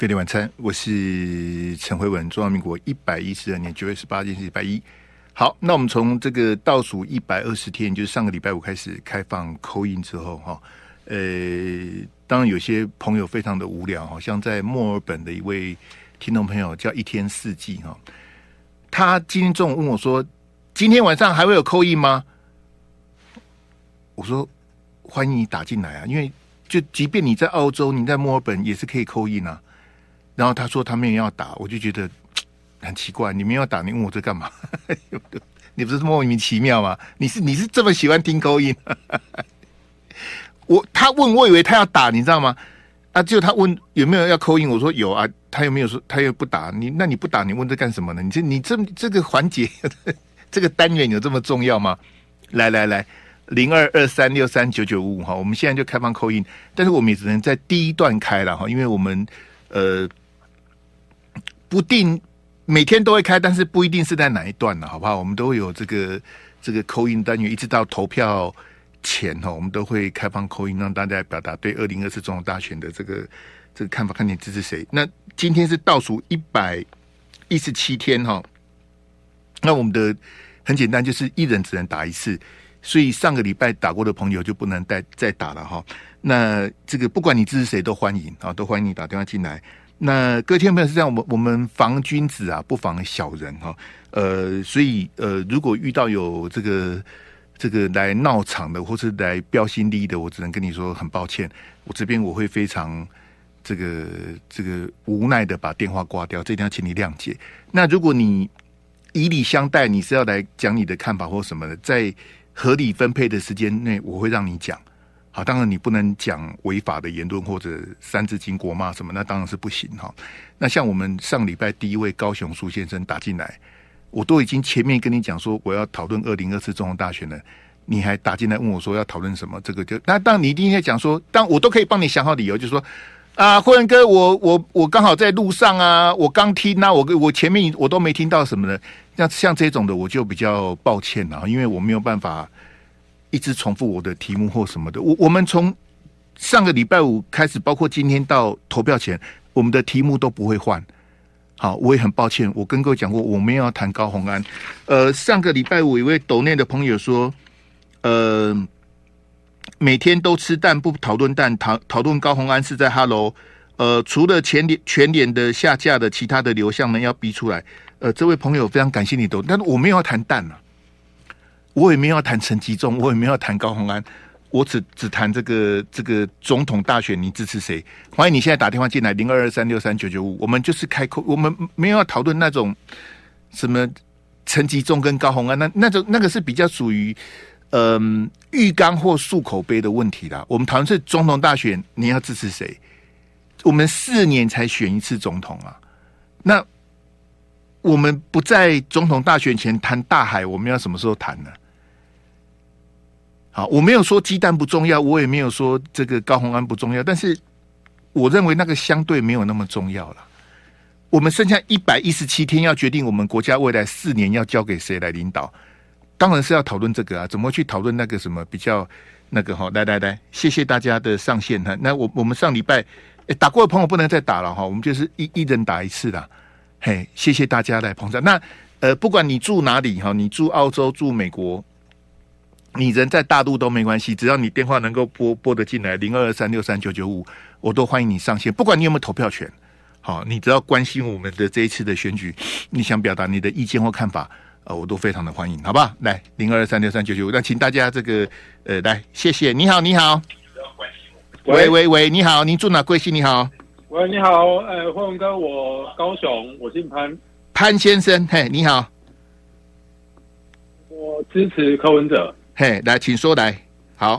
飞碟晚餐，我是陈辉文，中华民国112年9月18日是礼拜一。好，那我们从这个倒数120天，就是上个礼拜五开始开放 call in 之后，当然有些朋友非常的无聊，好像在墨尔本的一位听众朋友叫一天四季哈，他今天中午问我说，今天晚上还会有 call in 吗？我说欢迎你打进来啊，因为就即便你在澳洲，你在墨尔本也是可以 call in 啊。然后他说他没有要打，我就觉得很奇怪，你没有打，你问我这干嘛？你不是莫名其妙吗？你是这么喜欢听call in？他问我以为他要打，你知道吗？啊，就他问有没有要call in，我说有啊，他又没有说他又不打，那你不打，你问这干什么呢？你这个环节这个单元有这么重要吗？来0223639955哈，我们现在就开放call in，但是我们也只能在第一段开了哈，因为我们不定每天都会开，但是不一定是在哪一段了，好不好？我们都会有这个call in单元，一直到投票前哈，我们都会开放call in，让大家表达对2024总统大选的这个看法，看你支持谁。那今天是倒数117天哈，那我们的很简单，就是一人只能打一次，所以上个礼拜打过的朋友就不能再打了哈。那这个不管你支持谁都欢迎啊，都欢迎你打电话进来。那各位听众朋友是这样，我们防君子啊，不防小人哈。所以如果遇到有这个来闹场的，或是来标新立异的，我只能跟你说很抱歉，我这边我会非常这个无奈的把电话挂掉，这一定要请你谅解。那如果你以礼相待，你是要来讲你的看法或什么的，在合理分配的时间内，我会让你讲。好，当然你不能讲违法的言论或者三字经国骂什么，那当然是不行哈。那像我们上礼拜第一位高雄苏先生打进来，我都已经前面跟你讲说我要讨论2024总统大选了，你还打进来问我说要讨论什么？这个就那当然你一定要讲说，当我都可以帮你想好理由，就是说啊，辉文哥，我刚好在路上啊，我刚听啊，我前面我都没听到什么的，像这种的我就比较抱歉了，因为我没有办法一直重复我的题目或什么的。我们从上个礼拜五开始，包括今天到投票前，我们的题目都不会换。好，我也很抱歉，我跟各位讲过，我们要谈高虹安。上个礼拜五有一位斗内的朋友说，每天都吃蛋不讨论蛋，讨论高虹安是在哈喽。除了全脸的下架的，其他的流向呢要逼出来。这位朋友非常感谢你斗，但是我没有要谈蛋啊。我也没有要谈陈吉仲，我也没有要谈高虹安，我只谈这个总统大选，你支持谁？欢迎你现在打电话进来0223639955，我们就是开口，我们没有要讨论那种什么陈吉仲跟高虹安，那个是比较属于浴缸或漱口杯的问题啦。我们讨论是总统大选，你要支持谁？我们4年才选一次总统啊，那我们不在总统大选前谈大海，我们要什么时候谈呢？好，我没有说鸡蛋不重要，我也没有说这个高虹安不重要，但是我认为那个相对没有那么重要了。我们剩下117天要决定我们国家未来4年要交给谁来领导，当然是要讨论这个啊，怎么去讨论那个什么比较那个哈？来，谢谢大家的上线哈。那我们上礼拜打过的朋友不能再打了哈，我们就是一人打一次啦。嘿，谢谢大家来捧场。那不管你住哪里哈，你住澳洲、住美国。你人在大陆都没关系，只要你电话能够拨得进来0223639955，我都欢迎你上线。不管你有没有投票权，好，你只要关心我们的这一次的选举，你想表达你的意见或看法，我都非常的欢迎，好不好？来0223639955，那请大家这个来，谢谢。你好，喂，你好，您住哪？贵姓？你好， 喂，你好，辉文哥，我高雄，我姓潘先生，嘿，你好， 我支持柯文哲。 嘿，来，请说来。好，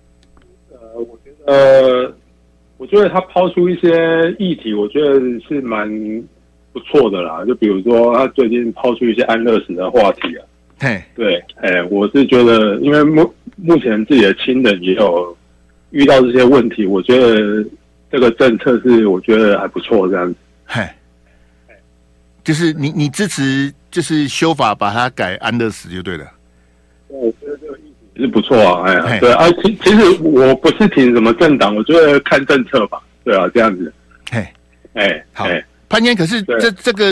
我觉得他抛出一些议题，我觉得是蛮不错的啦。就比如说，他最近抛出一些安乐死的话题啊。 嘿， 对，我是觉得，因为目前自己的亲人也有遇到这些问题，我觉得这个政策是我觉得还不错，这样子。 嘿，就是你支持，就是修法把它改安乐死就对了。 我觉得这个议题是不错啊，对啊，其实我不是挺什么政党，我觉得看政策吧，对啊，这样子。 嘿， 好，潘先，可是这个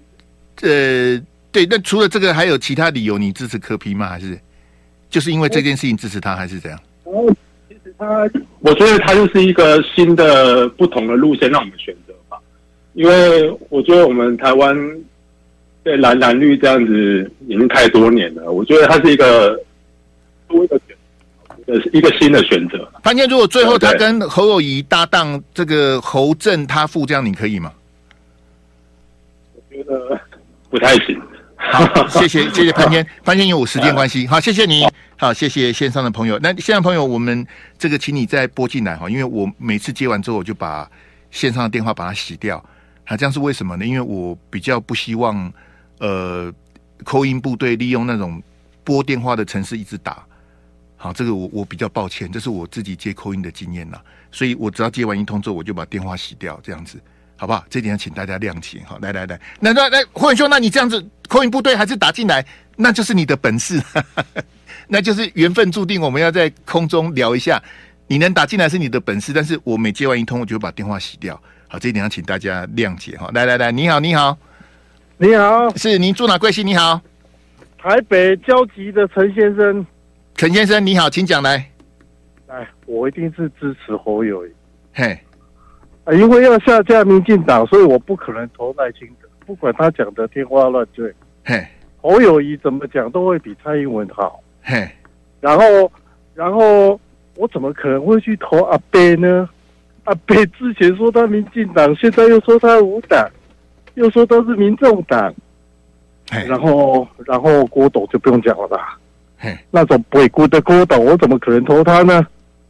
对，那除了这个还有其他理由你支持柯 P 吗？还是就是因为这件事情支持他，还是怎样？ 其实我觉得他就是一个新的不同的路线让我们选择吧，因为我觉得我们台湾对蓝绿这样子已经太多年了，我觉得它是一个多一个选择，一个新的选择。 潘先，如果最后他跟侯友宜搭档这个侯正他副，这样你可以吗？ 我觉得不太行。 好，谢谢潘先，潘先因为我时间关系，好，谢谢你，好，谢谢线上的朋友。那线上朋友，我们这个请你再拨进来哈，因为我每次接完之后，我就把线上的电话把它洗掉。这样是为什么呢？因为我比较不希望call in部队利用那种拨电话的程式一直打。好，这个我比较抱歉，这是我自己接call in的经验啦，所以我只要接完一通之后，我就把电话洗掉，这样子。好不好？这点要请大家谅解哈。来，那霍文兄，那你这样子call in部队还是打进来，那就是你的本事，那就是缘分注定。我们要在空中聊一下，你能打进来是你的本事，但是我每接完一通，我就会把电话洗掉。好，这一点要请大家谅解哈。来，你好，是您住哪贵姓？你好， 台北交集的陈先生。 陈先生你好，请讲来。 我一定是支持侯友宜。 嘿。 因为要下架民进党，所以我不可能投赖清德，不管他讲的天花乱坠。 嘿， 侯友宜怎么讲都会比蔡英文好。 嘿， 然后我怎么可能会去投阿伯呢？阿伯之前说他民进党，现在又说他无党，又说他是民众党。然后郭董就不用讲了吧？ 嘿， 那种北国的郭董，我怎么可能投他呢？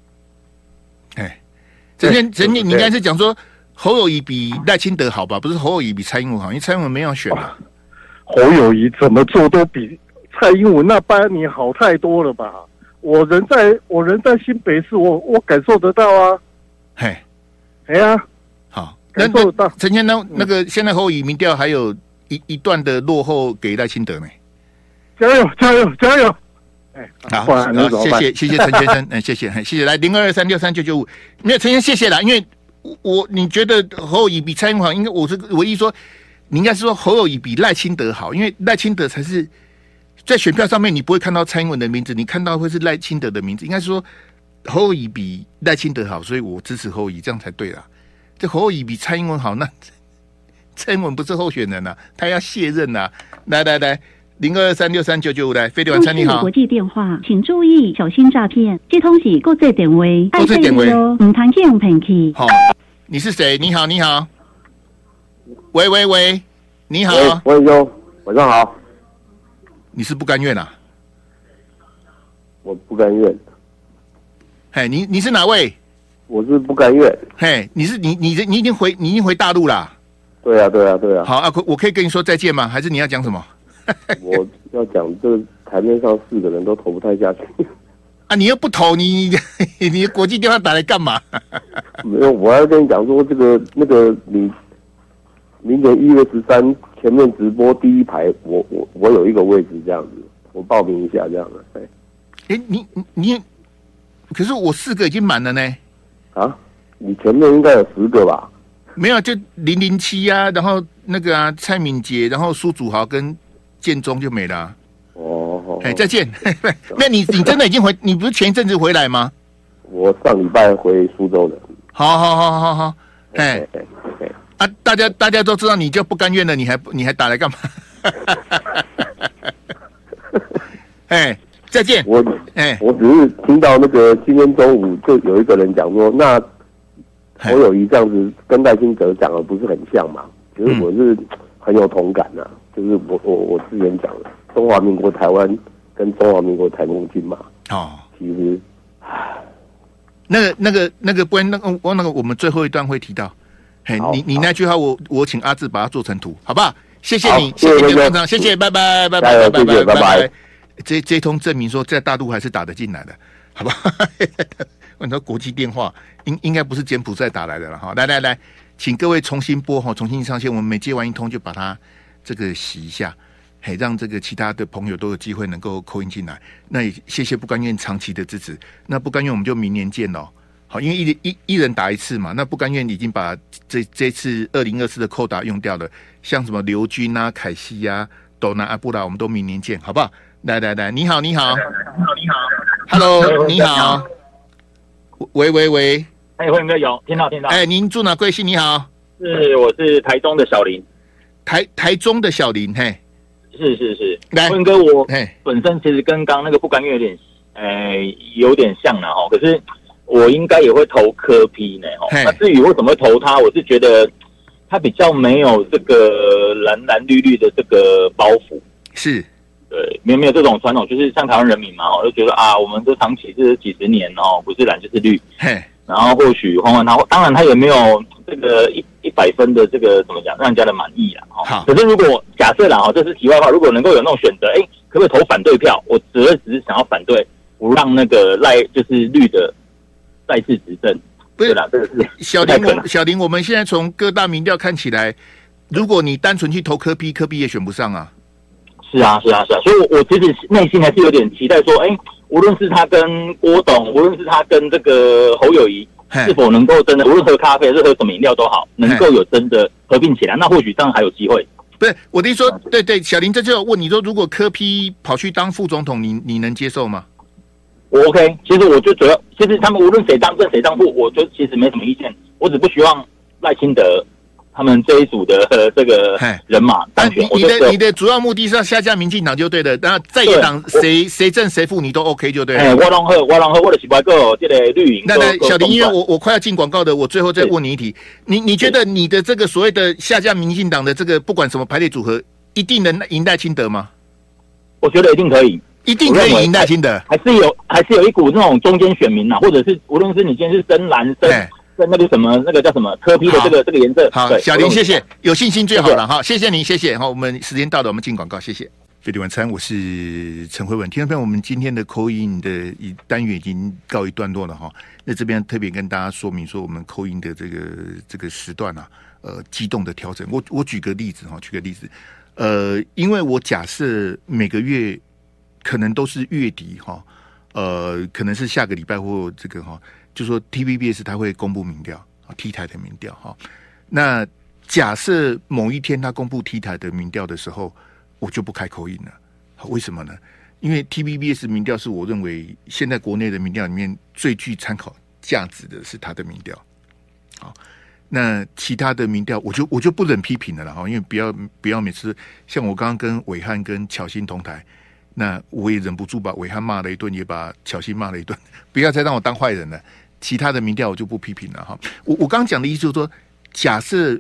陈建，你应该是讲说侯友宜比赖清德好吧？不是侯友宜比蔡英文好，因为蔡英文没有选啊。 侯友宜怎么做都比蔡英文那8年好太多了吧？我人在新北市，我感受得到啊。 嘿，好， 感受得到。 陈建，那个现在侯友宜民调还有一段的落后给赖清德呢。 加油！ 好，谢谢陈先生，谢谢。来0223639995，没有陈先生，谢谢啦。因为你觉得侯友宜比蔡英文好，应该我是唯一说，你应该是说侯友宜比赖清德好，因为赖清德才是在选票上面你不会看到蔡英文的名字，你看到会是赖清德的名字。应该是说侯友宜比赖清德好，所以我支持侯友宜，这样才对啦。这侯友宜比蔡英文好，那蔡英文不是候选人啊，他要卸任啊。来。0223639995来，飞碟晚餐你好。 国际电话，请注意小心诈骗。这通是国际电话， 国际电话唔通去用骗去。 好，你是谁？你好。喂，你好。 喂，兄，晚上好。 你是不甘愿啊？ 我不甘愿。 嘿，你是哪位？ 我是不甘愿。 嘿，你已经回大陆啦？ 对啊。 好啊，我可以跟你说再见吗？还是你要讲什么？ 我要讲，这台面上4个人都投不太下去。 啊，你又不投，你国际电话打来干嘛？ 没有，我要跟你讲说，那个你明年1月13前面直播第一排，我有一个位置这样子，我报名一下这样的。 你，可是我4个已经满了呢。 啊，你前面应该有10个吧？ 没有，就007啊，然后那个啊，蔡敏杰，然后苏祖豪跟建中就没了、啊。再见。那你真的已经回？你不是前一阵子回来吗？ 我上礼拜回苏州的。 好。大家都知道你就不甘愿了，你还打来干嘛？再见。 我只是听到那个今天中午就有一个人讲说，那侯友宜这样子跟赖清德讲的不是很像嘛？其实我是很有同感啊，就是我之前讲的中华民国台湾跟中华民国台共军嘛。其实， 那个不然那个我们最后一段会提到。你那句话我请阿志把它做成图，好不好？谢谢你，谢谢你的捧场，谢谢，拜拜。这通证明说在大陆还是打得进来的，好不好？问到国际电话应该不是柬埔寨打来的了哈。来，请各位重新拨哈，重新上线。我们每接完一通就把它这个洗一下，让这个其他的朋友都有机会能够call in进来。那也谢谢不甘愿长期的支持。那不甘愿我们就明年见喽。 好，因为一人打一次嘛，那不甘愿已经把这次2024的扣打用掉了，像什么刘军啊、凯西啊、斗南、阿布拉，我们都明年见，好不好？来，你好，Hello， 你好，喂， 哎，辉哥有听到， 哎，您住哪贵姓？你好， 我是台中的小林， 台中的小林，嘿， 是， 来， 辉哥，我本身其实跟刚那个不甘愿有点像啦可是我应该也会投柯 P 呢那至于为什么会投他，我是觉得他比较没有这个蓝绿的这个包袱，是。对，没有这种传统，就是像台湾人民嘛，就觉得我们这长期是几十年不是蓝就是绿，然后或许黄文他当然他也没有这个100分的这个怎么讲，让人家的满意啦好，可是如果假设啦这是题外话，如果能够有那种选择，可不可以投反对票？我只是想要反对，不让那个就是绿的再次执政。对啦，这个是小林，我们现在从各大民调看起来，如果你单纯去投柯 P 也选不上啊。 是啊，所以我其实内心还是有点期待说，无论是他跟郭董，无论是他跟这个侯友宜，是否能够真的，无论喝咖啡还是喝什么饮料都好，能够有真的合并起来，那或许这样还有机会。 不是我的意思说，对，小林这就要问你说，如果柯 P 跑去当副总统，你能接受吗？ 我 OK， 其实我就主要，其实他们无论谁当正谁当副，我就其实没什么意见，我只不希望赖清德他们这一组的这个人马当选。 你的主要目的是要下架民进党就对了，那在野党谁正谁负你都 OK 就对了。 我让喝，我的是不个这个绿营。 那小林，因为我快要进广告的，我最后再问你一题，你觉得你的这个所谓的下架民进党的这个不管什么排列组合，一定能赢赖清德吗？ 我觉得一定可以。 一定可以赢赖清德， 还是有一股那种中间选民或者是无论是你今天是深蓝深那个什么那个叫什么柯 P 的这个颜色。 好，小林谢谢，有信心最好了哈，谢谢你，谢谢。好，我们时间到了，我们进广告，谢谢。飞碟晚餐，我是陈辉文。听众朋友，我们今天的call in的单元已经告一段落了哈。那这边特别跟大家说明说，我们call in的这个时段啊，机动的调整。我举个例子哈，因为我假设每个月可能都是月底哈，可能是下个礼拜或这个哈，就说 TVBS 它会公布民调，T 台的民调哈。那假设某一天它公布 T 台的民调的时候，我就不开口音了。为什么呢？因为 TVBS 民调是我认为现在国内的民调里面最具参考价值的是它的民调。好，那其他的民调我就不忍批评了啦，因为不要每次像我刚刚跟伟汉跟巧芯同台。那我也忍不住把伟汉骂了一顿，也把巧芯骂了一顿，不要再让我当坏人了。其他的民调我就不批评了哈。我刚刚讲的意思就是说，假设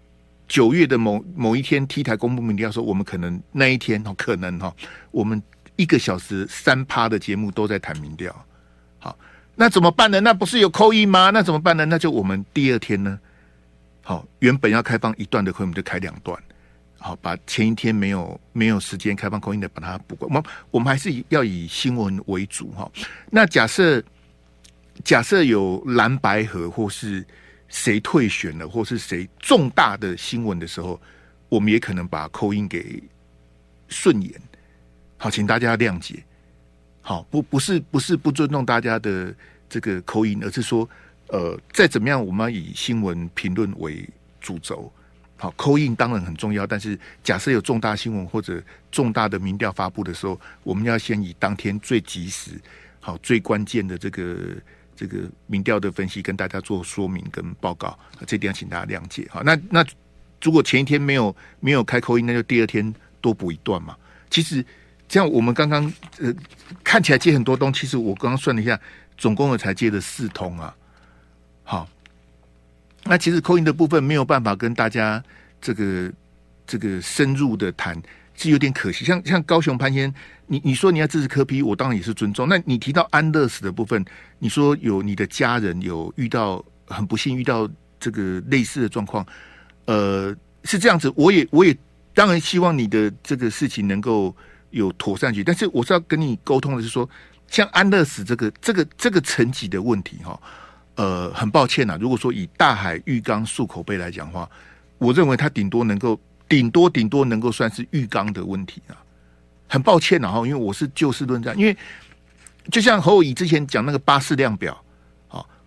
9月的某一天 T 台公布民调的时候，我们可能那一天可能我们1个小时3%的节目都在谈民调。好，那怎么办呢？那不是有call in吗？那怎么办呢？那就我们第二天呢，好，原本要开放1段的call in，我们就开2段。好，把前一天没有时间开放call in的把它补过。我们还是要以新闻为主哈。那假设有蓝白合或是谁退选了，或是谁重大的新闻的时候，我们也可能把call in给顺延。好，请大家谅解。好，不是不尊重大家的这个call in，而是说再怎么样，我们要以新闻评论为主轴。好，call in当然很重要，但是假设有重大新闻或者重大的民调发布的时候，我们要先以当天最及时、好最关键的这个民调的分析跟大家做说明跟报告，这点要请大家谅解。好，那如果前一天没有开call in，那就第二天多补1段嘛。其实这样我们刚刚看起来接很多通，其实我刚刚算了一下，总共才接了4通啊。好。那其实call in的部分没有办法跟大家这个深入的谈，是有点可惜。像高雄潘先，你说你要支持柯 P， 我当然也是尊重。那你提到安乐死的部分，你说有你的家人有遇到很不幸遇到这个类似的状况，是这样子。我也当然希望你的这个事情能够有妥善解决，但是我是要跟你沟通的是说，像安乐死这个层级的问题哈。很抱歉啊，如果说以大海浴缸漱口杯来讲话，我认为它顶多能够算是浴缸的问题啊。很抱歉啊，因为我是就事论战，因为就像侯友宜之前讲那个巴氏量表，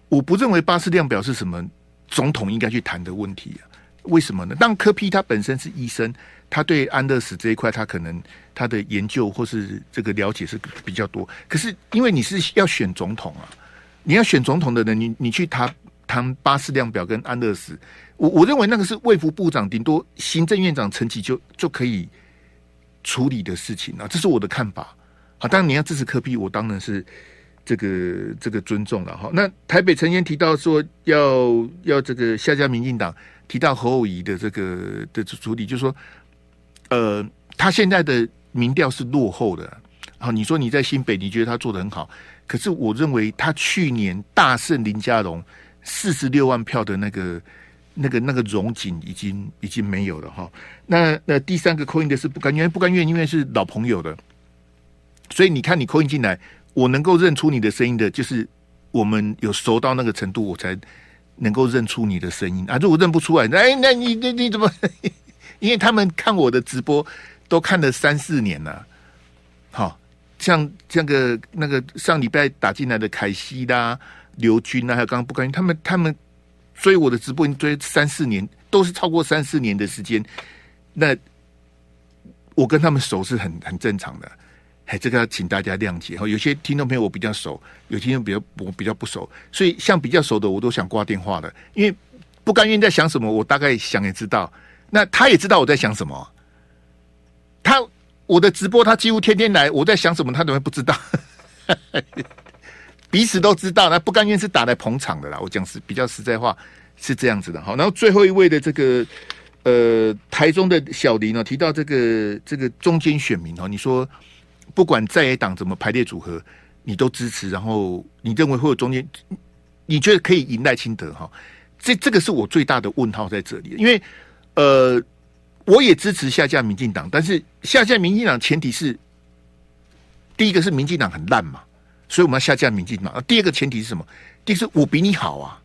我不认为巴氏量表是什么总统应该去谈的问题啊。为什么呢？当柯 P 他本身是医生，他对安乐死这一块，他可能他的研究或是这个了解是比较多。可是因为你是要选总统啊，你要选总统的人，你去谈巴氏量表跟安乐死，我认为那个是卫福部长顶多行政院长层级就可以处理的事情啊，这是我的看法。好，当然你要支持柯 P， 我当然是这个尊重了哈。那台北陈彦提到说要这个下架民进党。提到侯友宜的这个的处理，就是说，他现在的民调是落后的。好，你说你在新北，你觉得他做得很好，可是我认为他去年大胜林佳龙46万票的那个荣景已经没有了哈。那第三个call in的是不甘愿，因为是老朋友的，所以你看你call in进来，我能够认出你的声音的，就是我们有熟到那个程度，我才能够认出你的声音啊！如果认不出来，那你怎么？因为他们看我的直播都看了3-4年了，好，像那个上礼拜打进来的凯西啦、刘军啊，还有刚刚不甘愿，他们追我的直播已经追3-4年，都是超过3-4年的时间。那我跟他们熟是很正常的。哎，这个要请大家谅解哈。有些听众朋友我比较熟，有听众朋友我比较不熟，所以像比较熟的我都想挂电话了，因为不甘愿在想什么，我大概想也知道，那他也知道我在想什么。我的直播他几乎天天来，我在想什么他怎么会不知道？彼此都知道，那不甘愿是打来捧场的啦。我讲是比较实在话是这样子的。好，然后最后一位的这个台中的小林呢提到这个中间选民哦，你说。不管在野党怎么排列组合，你都支持，然后你认为会有中间，你觉得可以赢赖清德哈？这个是我最大的问号在这里，因为我也支持下架民进党，但是下架民进党前提是第一个是民进党很烂嘛，所以我们要下架民进党。第二个前提是什么？第一个是我比你好啊，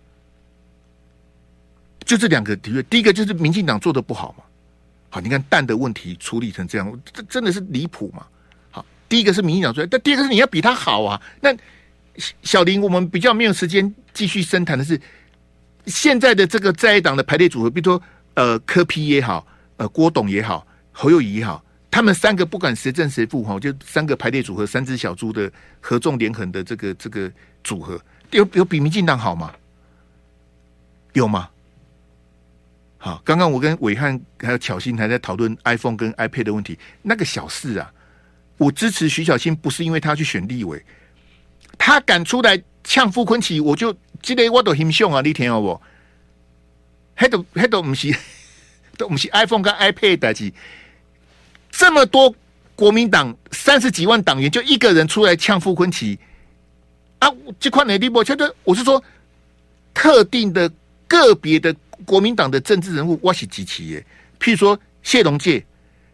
就这两个题。第一个就是民进党做的不好嘛，好，你看蛋的问题处理成这样，这真的是离谱嘛。第一个是民进党出来，但第二个是你要比他好啊。那小林，我们比较没有时间继续深谈的是现在的这个在野党的排列组合，比如说柯 P 也好，郭董也好，侯友宜也好，他们三个不管谁正谁负哈，就三个排列组合，三只小猪的合纵连横的这个组合，有比民进党好吗？有吗？好，刚刚我跟伟汉还有巧芯还在讨论 iPhone 跟 iPad 的问题，那个小事啊。我支持徐小新，不是因为他去选立委，他敢出来呛傅昆萁，我就这个我都很凶啊！你听好不？那都不是，都不是 iPhone 跟 iPad 的事。这么多国民党30几万党员，就一个人出来呛傅昆萁啊！这块哪地步？我是说，特定的个别的国民党的政治人物，我是支持的。譬如说谢龙介、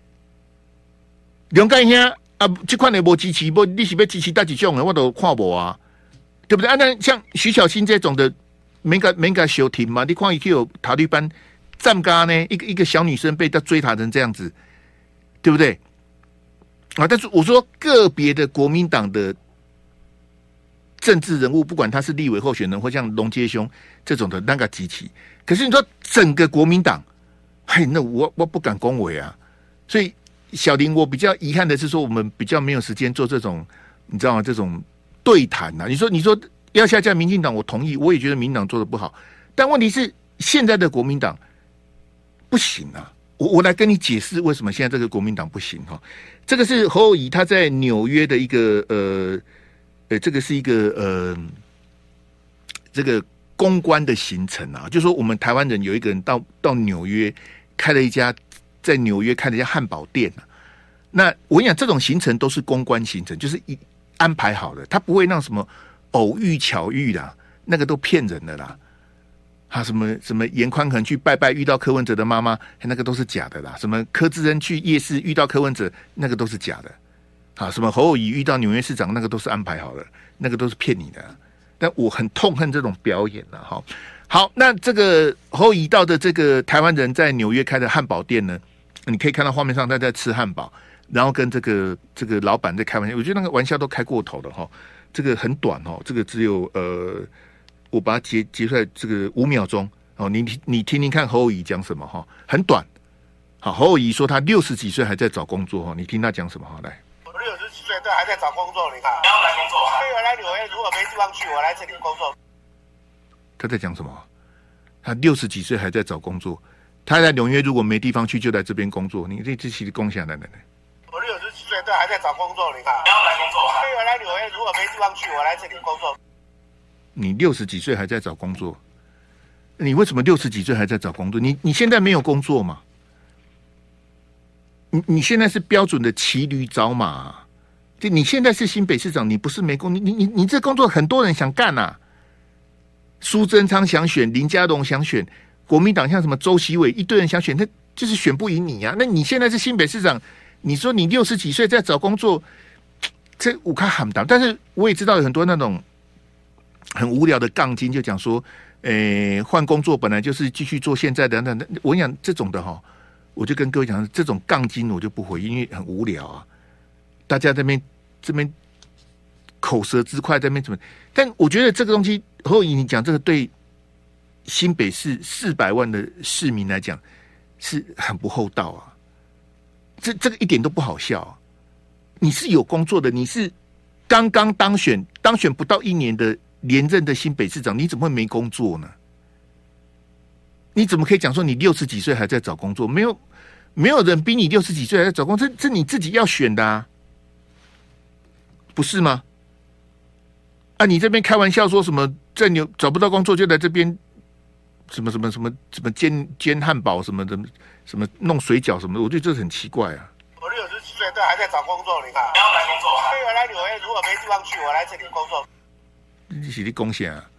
梁干兄。啊，这款的无支持，你是要支持哪几种的，我都看无啊，对不对？啊，那像徐小新这种的，免个休庭嘛？你看伊去有塔利班站嘎呢，一个小女生被他追打成这样子，对不对？啊，但是我说个别的国民党的政治人物，不管他是立委候选人，或像龙介兄这种的那个支持，可是你说整个国民党，嘿，那我不敢恭维啊，所以。小林，我比较遗憾的是说，我们比较没有时间做这种，你知道吗？这种对谈啊。你说要下架民进党，我同意，我也觉得民进党做的不好。但问题是，现在的国民党不行啊。我来跟你解释为什么现在这个国民党不行哈。这个是侯友宜他在纽约的一个这个是一个这个公关的行程啊，就是说我们台湾人有一个人到纽约开了一家。在纽约开了一家汉堡店啊，那我跟你讲，这种行程都是公关行程，就是安排好的，他不会让什么偶遇巧遇啦，那个都骗人的啦。什么严宽恒去拜拜遇到柯文哲的妈妈，那个都是假的啦。什么柯志恩去夜市遇到柯文哲，那个都是假的。什么侯友宜遇到纽约市长，那个都是安排好的，那个都是骗你的。但我很痛恨这种表演了哈。好，那这个侯友宜到的这个台湾人在纽约开的汉堡店呢？你可以看到画面上他在吃汉堡，然后跟这个老板在开玩笑，我觉得那个玩笑都开过头了哈。这个很短哦，这个只有我把它截出来，这个5秒钟哦，你听听看侯友宜讲什么哈，很短。好，侯友宜说他60几岁还在找工作哈，你听他讲什么哈？来， 我60几岁都还在找工作，你看，不要来工作，所以我来纽约，如果没地方去，我来这里工作。 他在讲什么？他60几岁还在找工作，他在纽约如果没地方去，就来这边工作。你这其实贡献来。 我60几岁都还在找工作，你看，不要来工作，所以我来纽约，如果没地方去，我来这里工作。 你60几岁还在找工作，你为什么60几岁还在找工作？你现在没有工作吗？你现在是标准的骑驴找马、啊，就你现在是新北市长，你不是没工，你这工作很多人想干啊。苏贞昌想选，林佳龙想选，国民党像什么周习伟一堆人想选，那就是选不赢你啊。那你现在是新北市长，你说你60几岁在找工作，这我看很大。但是我也知道有很多那种很无聊的杠精，就讲说，换工作本来就是继续做现在的。那我跟你讲这种的哈。我就跟各位讲，这种杠精我就不回应，因为很无聊啊。大家这边口舌之快，这边怎么？但我觉得这个东西，侯友宜你讲这个对新北市400万的市民来讲是很不厚道啊。这个一点都不好笑啊。你是有工作的，你是刚刚当选不到1年的连任的新北市长，你怎么会没工作呢？你怎么可以讲说你60几岁还在找工作？没有人逼你60几岁还在找工作，这你自己要选的啊，不是吗？啊，你这边开玩笑说什么在找不到工作就来这边什么煎汉堡什么的，什么弄水饺什么的，我觉得这很奇怪啊。 我60几岁都还在找工作，你看，不要来工作，所以我来纽约，如果没地方去，我来这里工作。 你是你贡献啊？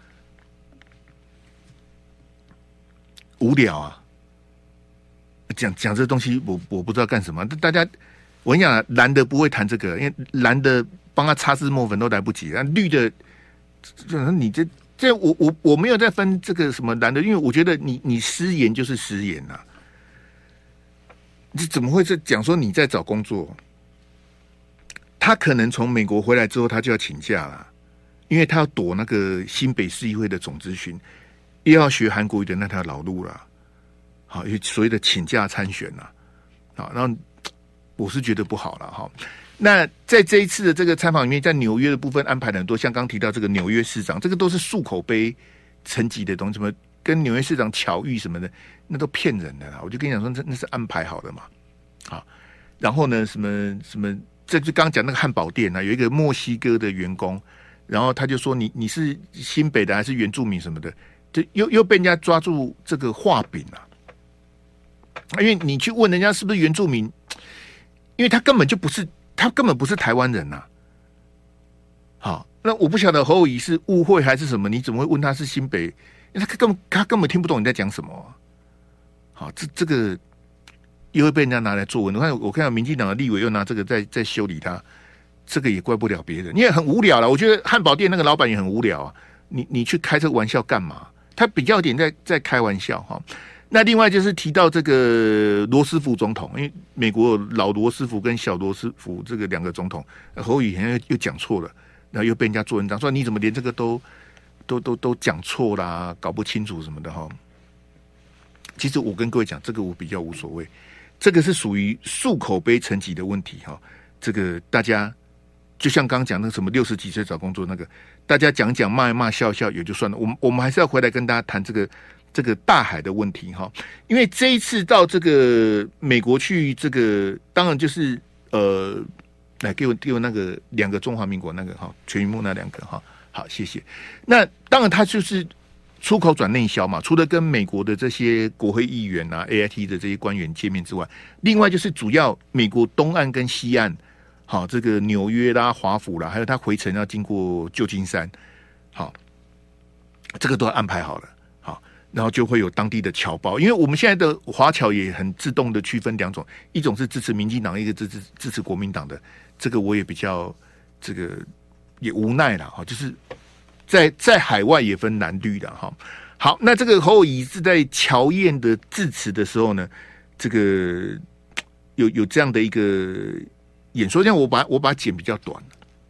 无聊啊！讲这东西，我不知道干什么。大家，我跟你讲，蓝的不会谈这个，因为蓝的帮他擦脂抹粉都来不及。那绿的，你这我没有在分这个什么蓝的，因为我觉得你失言就是失言呐、啊。你怎么会是讲说你在找工作？他可能从美国回来之后，他就要请假了，因为他要躲那个新北市议会的总咨询。又要学韩国语的那条老路了，好，所谓的请假参选了，好，然后我是觉得不好了哈。那在这一次的这个参访里面，在纽约的部分安排了很多，像刚提到这个纽约市长，这个都是漱口杯层级的东西，什么跟纽约市长巧遇什么的，那都骗人的啦。我就跟你讲说，那是安排好的嘛，好，然后呢，什么，这就刚刚讲那个汉堡店啊，有一个墨西哥的员工，然后他就说你是新北的还是原住民什么的。就又被人家抓住这个画饼啊！因为你去问人家是不是原住民，因为他根本不是台湾人呐、啊。好，那我不晓得侯友宜是误会还是什么，你怎么会问他是新北？因为他根本听不懂你在讲什么、啊。好，这个又会被人家拿来作文。我看到民进党的立委又拿这个在修理他，这个也怪不了别人，因为很无聊了。我觉得汉堡店那个老板也很无聊啊，你去开这个玩笑干嘛？他比较有点在开玩笑哈。那另外就是提到这个罗斯福总统，因为美国老罗斯福跟小罗斯福这个2个总统，侯友宜又讲错了，然后又被人家做文章说你怎么连这个都讲错啦，搞不清楚什么的哈。其实我跟各位讲，这个我比较无所谓，这个是属于漱口杯层级的问题哈。这个大家就像刚刚讲那个什么60几岁找工作那个。大家讲讲骂一骂笑一笑也就算了，我们还是要回来跟大家谈这个大海的问题哈，因为这一次到这个美国去，这个当然就是来给我那个2个中华民国那个哈，全云木那2个哈，好谢谢。那当然他就是出口转内销嘛，除了跟美国的这些国会议员啊 AIT 的这些官员见面之外，另外就是主要美国东岸跟西岸。好，这个纽约啦、华府啦，还有他回程要经过旧金山，好，这个都要安排好了。好，然后就会有当地的侨胞，因为我们现在的华侨也很自动的区分2种，一种是支持民进党，一个支持国民党的。这个我也比较这个也无奈了哈，就是在海外也分蓝绿的哈。好，那这个侯友宜是在乔宴的致辞的时候呢，这个有这样的一个演说，这样我把它剪比较短，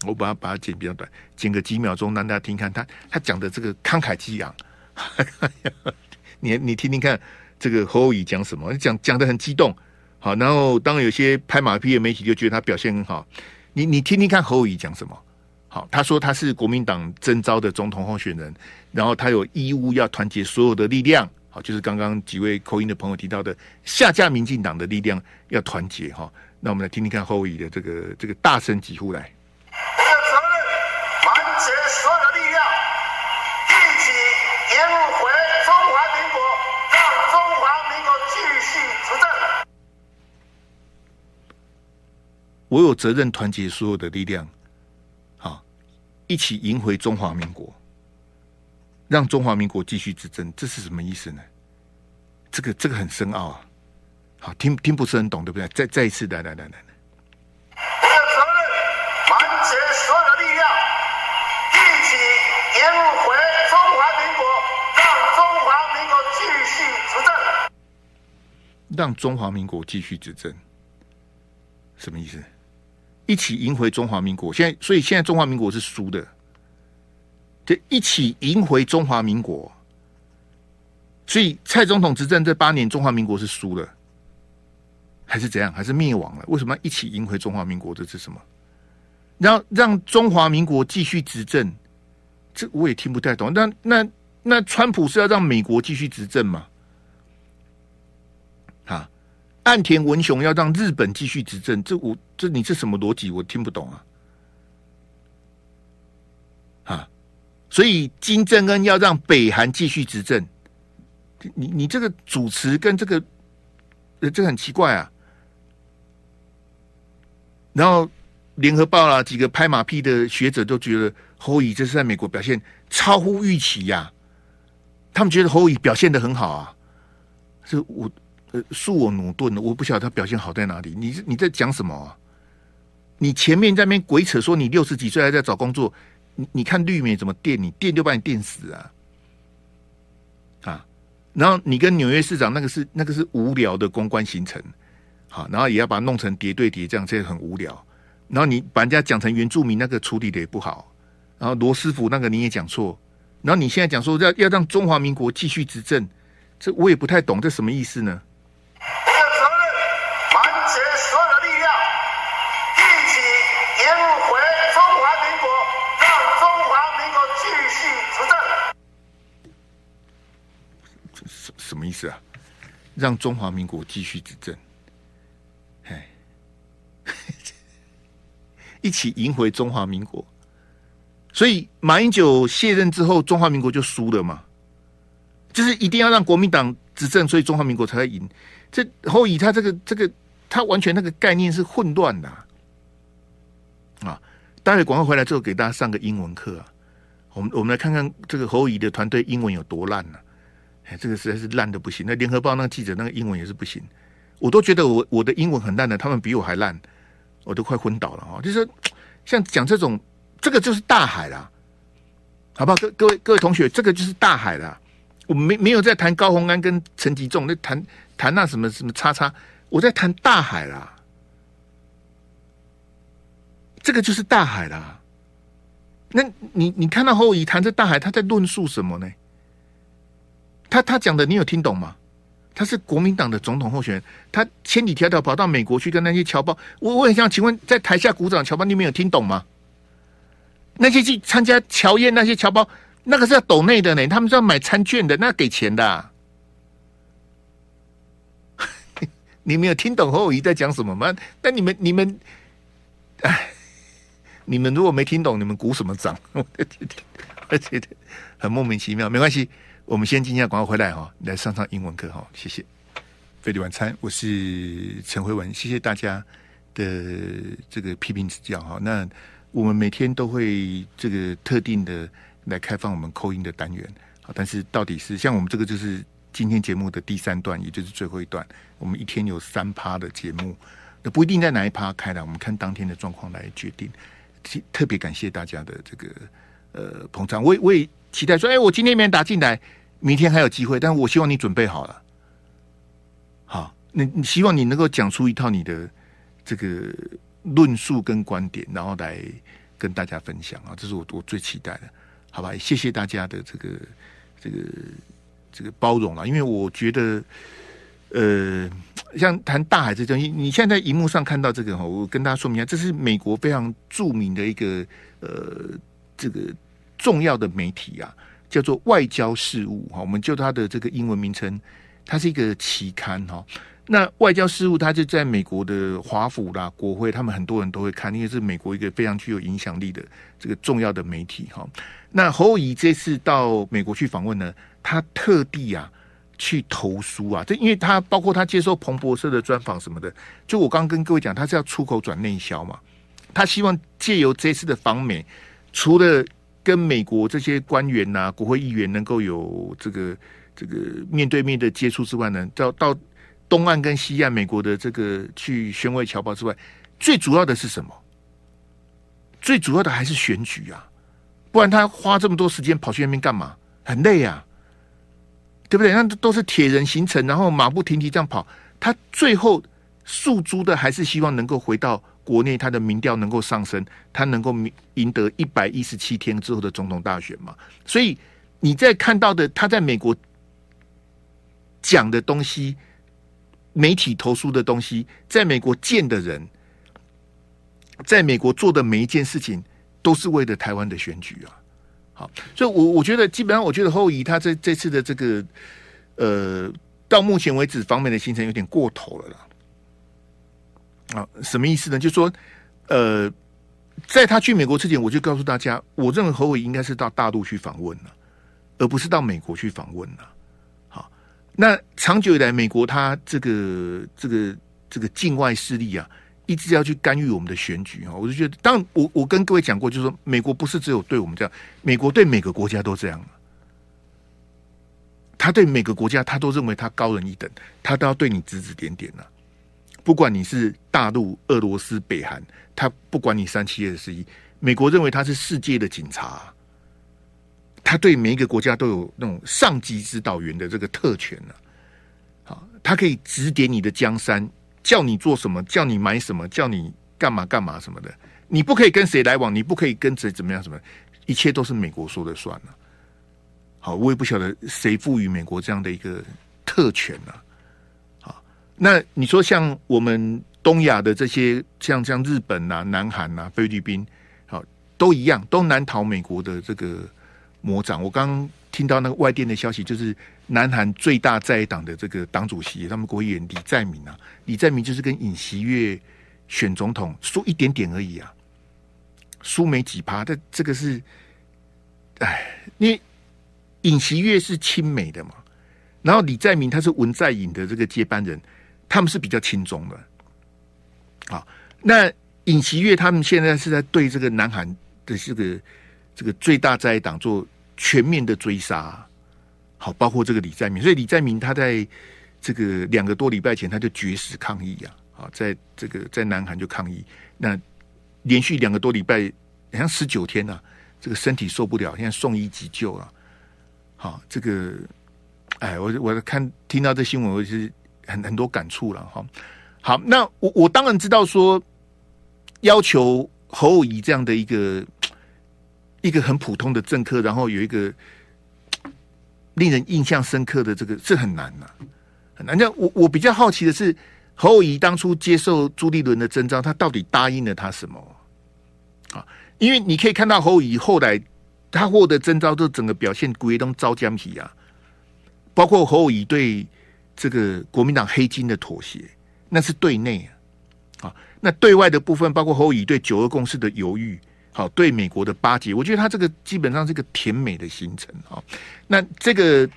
我把它剪比较短，剪个几秒钟让大家听看他讲的这个慷慨激昂。你听听看，这个侯友宜讲什么？讲得很激动。好，然后当然有些拍马屁的媒体就觉得他表现很好。你听听看侯友宜讲什么？好，他说他是国民党征召的总统候选人，然后他有义务要团结所有的力量。好，就是刚刚几位口音的朋友提到的下架民进党的力量要团结哈。那我们来听听看侯友宜的这个大声疾呼来。 我有责任团结所有的力量，一起赢回中华民国，让中华民国继续执政。 我有责任团结所有的力量，好，一起赢回中华民国，让中华民国继续执政。这是什么意思呢？这个很深奥啊。好，听不是很懂，对不对？再一次，来。我有责任团结所有的力量，一起赢回中华民国，让中华民国继续执政。让中华民国继续执政，什么意思？一起赢回中华民国。所以现在中华民国是输的，就一起赢回中华民国。所以蔡总统执政这8年，中华民国是输了。还是怎样？还是灭亡了？为什么要一起赢回中华民国？这是什么？让中华民国继续执政，这我也听不太懂。那川普是要让美国继续执政吗？啊，岸田文雄要让日本继续执政，你这什么逻辑？我听不懂啊！啊，所以金正恩要让北韩继续执政，你这个主持跟这个很奇怪啊。然后联合报啦，几个拍马屁的学者都觉得侯友宜这是在美国表现超乎预期呀、他们觉得侯友宜表现得很好啊，是我恕我驽钝了，我不晓得他表现好在哪里。你在讲什么啊？你前面在那边鬼扯说你60几岁还在找工作，你看绿媒怎么电你，电就把你电死啊！啊，然后你跟纽约市长那个是无聊的公关行程。好，然后也要把它弄成叠对叠，这样很无聊。然后你把人家讲成原住民，那个处理的也不好。然后罗斯福那个你也讲错。然后你现在讲说要让中华民国继续执政，这我也不太懂，这什么意思呢？ 我有责任团结所有的力量，一起赢回中华民国，让中华民国继续执政。 什么意思啊？让中华民国继续执政？一起赢回中华民国，所以马英九卸任之后，中华民国就输了嘛，就是一定要让国民党执政，所以中华民国才会赢。这侯友宜他这个他完全那个概念是混乱的啊！待会广告回来之后，给大家上个英文课啊。我们来看看这个侯友宜的团队英文有多烂啊！这个实在是烂的不行。那联合报那个记者那个英文也是不行。我都觉得我的英文很烂的，他们比我还烂，我都快昏倒了啊！就是像讲这种，这个就是大海啦，好不好？各位同学，这个就是大海啦。我没有在谈高虹安跟陈吉仲，那谈那什么叉叉，我在谈大海啦。这个就是大海啦。那你看到侯友宜谈这大海，他在论述什么呢？他讲的你有听懂吗？他是国民党的总统候选人，他千里迢迢跑到美国去跟那些侨胞，我很想请问，在台下鼓掌的侨胞，你们有听懂吗？那些去参加侨宴那些侨胞，那个是要抖内的呢，他们是要买餐券的，那给钱的、啊。你们有听懂侯友宜在讲什么吗？但你们，哎，你们如果没听懂，你们鼓什么掌？我觉得很莫名其妙，没关系。我们先进一下广告回来哈，来上英文课哈，谢谢。费力晚餐，我是陈辉文，谢谢大家的这个批评指教哈。那我们每天都会这个特定的来开放我们call in的单元，好，但是到底是像我们这个就是今天节目的第3段，也就是最后一段，我们一天有3%的节目，那不一定在哪一%开的，我们看当天的状况来决定。特别感谢大家的这个捧场，我也期待说，我今天没人打进来，明天还有机会，但我希望你准备好了。好，你希望你能够讲出一套你的这个论述跟观点，然后跟大家分享啊，这是我最期待的，好吧？谢谢大家的这个包容啦，因为我觉得，像谈大海这东西，你现在在荧幕上看到这个我跟大家说明一下，这是美国非常著名的一个这个重要的媒体啊，叫做《外交事务》哈，我们就它的这个英文名称，它是一个期刊哈。那外交事务，它就在美国的华府啦、国会，他们很多人都会看，因为是美国一个非常具有影响力的这个重要的媒体哈。那侯友宜这次到美国去访问呢，他特地啊去投书啊，这因为他包括他接受彭博社的专访什么的，就我刚刚跟各位讲，他是要出口转内销嘛，他希望借由这次的访美，除了跟美国这些官员呐、国会议员能够有这个面对面的接触之外呢，到东岸跟西岸美国的这个去宣慰侨胞之外，最主要的是什么？最主要的还是选举啊，不然他花这么多时间跑去那边干嘛？很累啊，对不对？那都是铁人行程，然后马不停蹄这样跑，他最后诉诸的还是希望能够回到国内，他的民调能够上升，他能够赢得117天之后的总统大选嘛。所以你在看到的他在美国讲的东西，媒体投诉的东西，在美国见的人，在美国做的每一件事情，都是为了台湾的选举啊。好，所以我觉得基本上，我觉得侯友宜他这次的这个到目前为止访美的行程有点过头了啦。啊，什么意思呢？就是说在他去美国之前，我就告诉大家，我认为侯友宜应该是到大陆去访问了，而不是到美国去访问了。好，那长久以来，美国他这个境外势力啊，一直要去干预我们的选举啊，我就觉得，当然我跟各位讲过，就是说，美国不是只有对我们这样，美国对每个国家都这样。他对每个国家，他都认为他高人一等，他都要对你指指点点啊。不管你是大陆、俄罗斯、北韩，他不管你3721，美国认为他是世界的警察啊，他对每一个国家都有那种上级指导员的这个特权啊。好，他可以指点你的江山。叫你做什么，叫你买什么，叫你干嘛干嘛什么的，你不可以跟谁来往，你不可以跟谁怎么样什么，一切都是美国说了算了。好，我也不晓得谁赋予美国这样的一个特权啊。好，那你说像我们东亚的这些，像日本啊、南韩啊、菲律宾，好，都一样，都难逃美国的这个魔掌。我刚刚听到那个外电的消息，就是南韩最大在野党的这个党主席，他们国议员李在明啊，李在明就是跟尹锡悦选总统输一点点而已啊，输没几趴。但这个是，因为尹锡悦是亲美的嘛，然后李在明他是文在寅的这个接班人，他们是比较亲中的。好，那尹锡悦他们现在是在对这个南韩的这个最大在野党做全面的追杀。好，包括这个李在明，所以李在明他在这个2个多礼拜前他就绝食抗议啊，好，在南韩就抗议，那连续2个多礼拜，好像19天啊，这个身体受不了，现在送医急救啊。好，这个，我听到这新闻，我是很多感触了哈。好，那我当然知道说，要求侯友宜这样的一个很普通的政客，然后有一个令人印象深刻的这个是很难啊，很难。那我比较好奇的是，侯友宜当初接受朱立伦的征召，他到底答应了他什么？啊，因为你可以看到侯友宜后来他获得征召，这整个表现鬼东招江皮啊，包括侯友宜对这个国民党黑金的妥协，那是对内啊，那对外的部分，包括侯友宜对9·2共识的犹豫。好，对美国的巴结，我觉得他这个基本上是个甜美的行程啊。那这个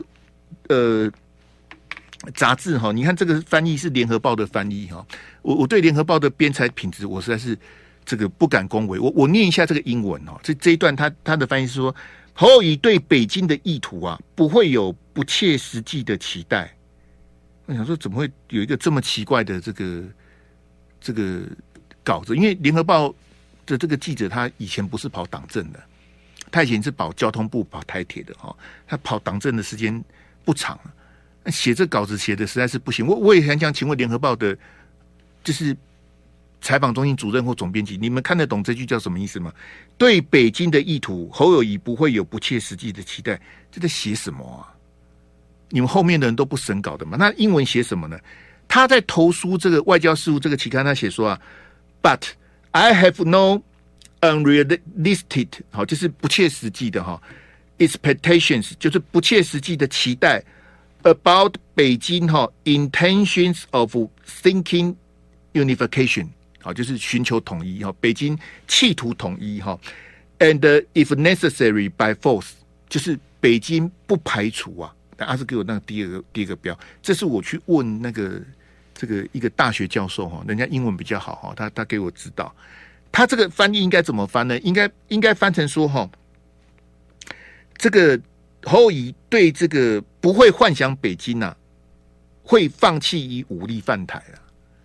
杂志哈，你看这个翻译是联合报的翻译哈。我对联合报的编采品质，我实在是这个不敢恭维。我念一下这个英文哈，这一段他的翻译是说，侯友宜对北京的意图啊，不会有不切实际的期待。我想说，怎么会有一个这么奇怪的这个稿子？因为联合报的这个记者他以前不是跑党政的，他以前是跑交通部、跑台铁的哈，他跑党政的时间不长，写这稿子写的实在是不行。我也很想请问联合报的，就是采访中心主任或总编辑，你们看得懂这句叫什么意思吗？对北京的意图，侯友宜不会有不切实际的期待。这在写什么啊？你们后面的人都不审稿的吗？那英文写什么呢？他在投书这个外交事务这个期刊，他写说啊 ，But I have no unrealistic 好，就是不切实际的哈 expectations， 就是不切实际的期待 about 北京哈 intentions of thinking unification。好，就是寻求统一哈，北京企图统一哈 ，and if necessary by force， 就是北京不排除啊。阿是给我那个第二个标，这是我去问那个这个一个大学教授哈，人家英文比较好哈，他给我指导，他这个翻译应该怎么翻呢？应该翻成说哈，这个侯友宜对这个不会幻想北京啊会放弃以武力犯台啊。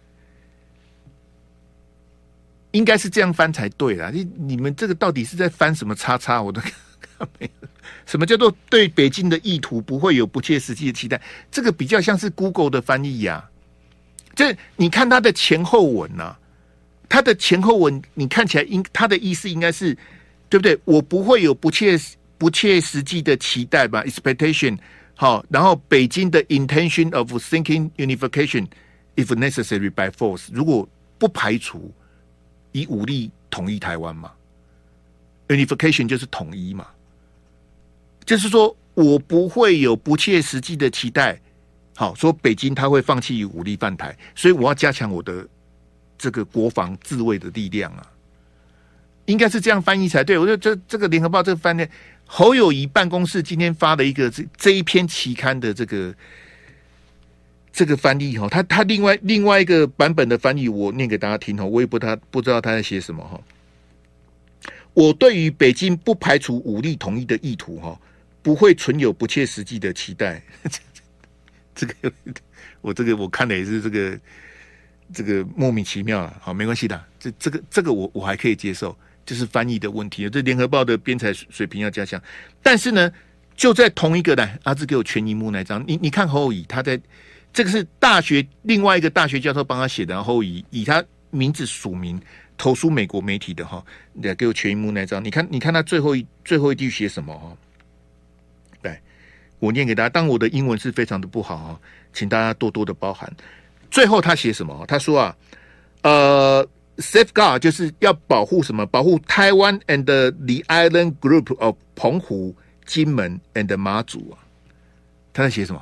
应该是这样翻才对啦！你们这个到底是在翻什么叉叉？我都看没有。什么叫做对北京的意图不会有不切实际的期待？这个比较像是 Google 的翻译呀。这你看它的前后文啊，它的前后文你看起来它的意思应该是对不对？我不会有不切实际的期待吧 ？expectation 好，然后北京的 intention of thinking unification if necessary by force， 如果不排除。以武力统一台湾嘛 ，unification 就是统一嘛，就是说我不会有不切实际的期待。好，说北京他会放弃以武力犯台，所以我要加强我的这个国防自卫的力量啊，应该是这样翻译才对。我觉得这个联合报这个翻译，侯友宜办公室今天发的一个这一篇期刊的这个翻译哈，他另外一个版本的翻译，我念给大家听哈，我也不知道他在写什么哈。我对于北京不排除武力统一的意图哈，不会存有不切实际的期待。这个我看的也是这个莫名其妙了，好，没关系的，这个我还可以接受，就是翻译的问题。这联合报的编采水平要加强，但是呢，就在同一个来，阿志给我全荧幕那张，你看侯友宜他在。这个是另外一个大学教授帮他写的，然后以他名字署名投书美国媒体的哈，你来给我全荧幕那张，你看他最后一句写什么哈？来，我念给大家，当我的英文是非常的不好哈，请大家多多的包涵。最后他写什么？他说啊，safeguard 就是要保护什么？保护台湾 and the island group of 澎湖、金门 and 马祖啊。他在写什么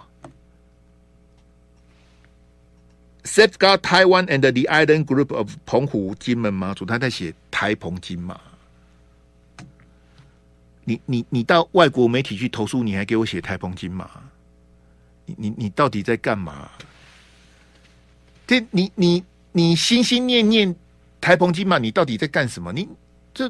？Safeguard Taiwan and the island group of 澎湖、金门、马祖，他在写台澎金马。你到外国媒体去投诉，你还给我写台澎金马？你到底在干嘛？这你心心念念台澎金马，你到底在干什么？你这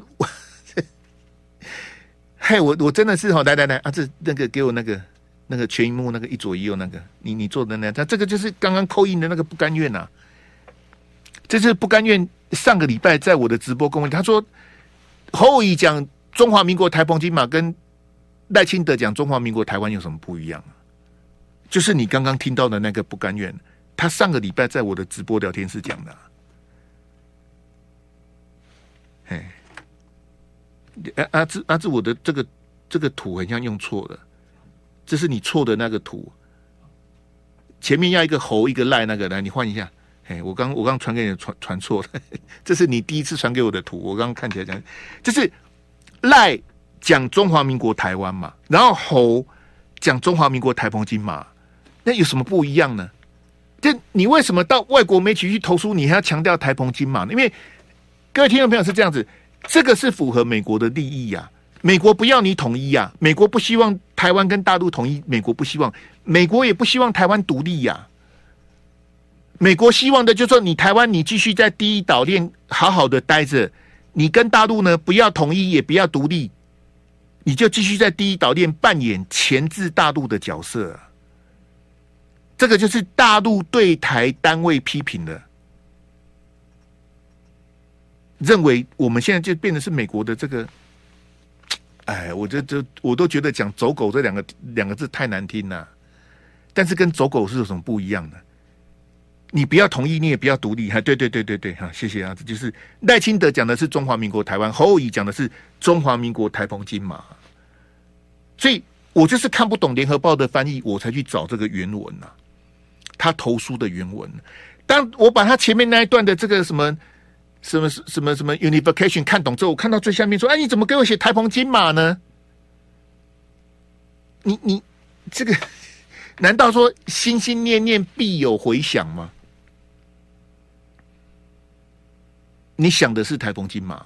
嘿，我真的是来啊，这那个给我那个全荧幕那个一左一右那个，你做的那他这个就是刚刚扣印的那个不甘愿啊，这是不甘愿。上个礼拜在我的直播跟我，他说侯友宜讲中华民国台澎金马跟赖清德讲中华民国台湾有什么不一样啊？就是你刚刚听到的那个不甘愿，他上个礼拜在我的直播聊天室讲的啊。嘿，阿志，我的这个图很像用错了。这是你错的那个图，前面要一个猴一个赖那个，来你换一下。哎，我刚传给你传错了，这是你第一次传给我的图，我刚刚看起来讲，就是赖讲中华民国台湾嘛，然后猴讲中华民国台澎金马，那有什么不一样呢？这你为什么到外国媒体去投诉，你还要强调台澎金马呢？因为各位听众朋友是这样子，这个是符合美国的利益呀。美国不要你统一呀，美国不希望台湾跟大陆统一，美国不希望，美国也不希望台湾独立呀。美国希望的就是说，你台湾你继续在第一岛链好好的待着，你跟大陆呢不要统一，也不要独立，你就继续在第一岛链扮演钳制大陆的角色。这个就是大陆对台单位批评的，认为我们现在就变成是美国的这个。哎，我都觉得讲走狗这两个字太难听了，但是跟走狗是有什么不一样的？ 你不要统一，你也不要独立。对，哈，谢谢啊，这就是赖清德讲的是中华民国台湾，侯友宜讲的是中华民国台澎金马。所以我就是看不懂联合报的翻译，我才去找这个原文啊，他投书的原文。当我把他前面那一段的这个什么 unification 看懂之后，我看到最下面说，哎，你怎么给我写台澎金马呢？你这个难道说心心念念必有回响吗？你想的是台澎金马？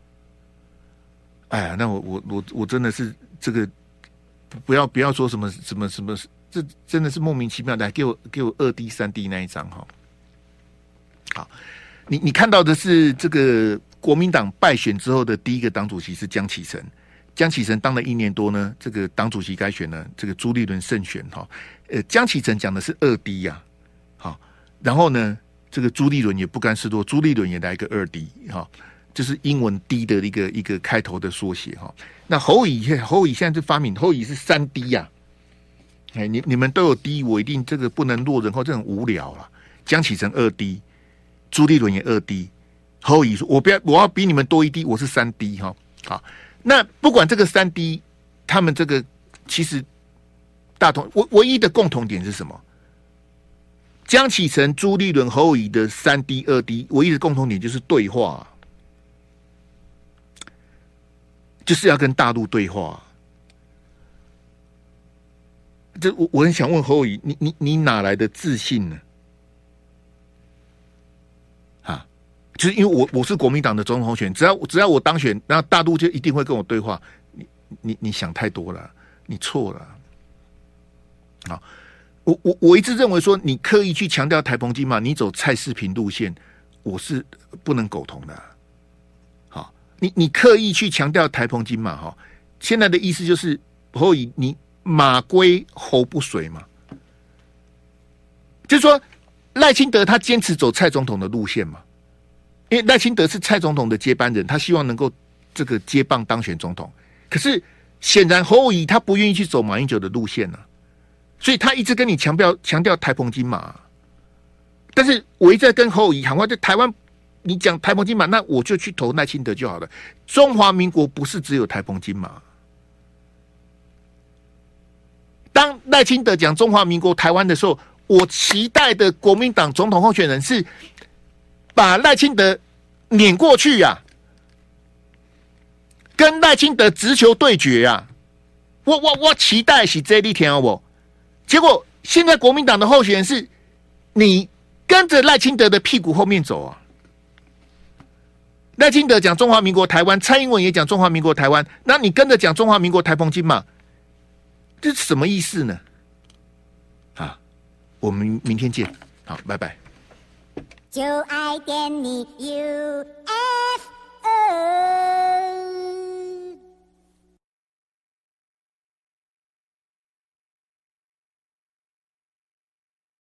哎呀，那我真的是这个不要说什么，这真的是莫名其妙的。来给我2D 3D 那一张哈。好，你看到的是这个国民党败选之后的第一个党主席是江启臣。江启臣当了1年多呢，这个党主席该选呢，这个朱立伦胜选哈。江启臣讲的是2D 呀，好，然后呢，这个朱立伦也不甘示弱，朱立伦也来一个2D 哈，就是英文 D 的一个开头的缩写哈。那侯乙现在就发明侯乙是3D 呀，哎，你们都有 D， 我一定这个不能落人后，这很无聊了。江启臣2D， 朱立伦也2D， 侯乙说我要比你们多1 D， 我是3D 哈，好。那不管这个3D， 他们这个其实唯一的共同点是什么？江启臣、朱立伦、侯友宜的3D、2D， 唯一的共同点就是对话，就是要跟大陆对话。这我很想问侯友宜，你哪来的自信呢？就是因为我是国民党的总统候选人，只要我当选，那大陆就一定会跟我对话。你想太多了，你错了。好，我一直认为说，你刻意去强调台澎金马，你走蔡世平路线，我是不能苟同的。好，你刻意去强调台澎金马哈，现在的意思就是侯乙你马归侯不随嘛，就是说赖清德他坚持走蔡总统的路线嘛。因为赖清德是蔡总统的接班人，他希望能够这个接棒当选总统。可是显然侯友宜他不愿意去走马英九的路线啊，所以他一直跟你强调台澎金马。但是我一直在跟侯友宜喊话，在台湾你讲台澎金马，那我就去投赖清德就好了。中华民国不是只有台澎金马。当赖清德讲中华民国台湾的时候，我期待的国民党总统候选人是把赖清德撵过去呀，跟赖清德直球对决呀！我期待是这一天哦，结果现在国民党的候选人是你跟着赖清德的屁股后面走啊！赖清德讲中华民国台湾，蔡英文也讲中华民国台湾，那你跟着讲中华民国台澎金马，这是什么意思呢？啊，我们明天见，好，拜拜。 就爱点你 UFO。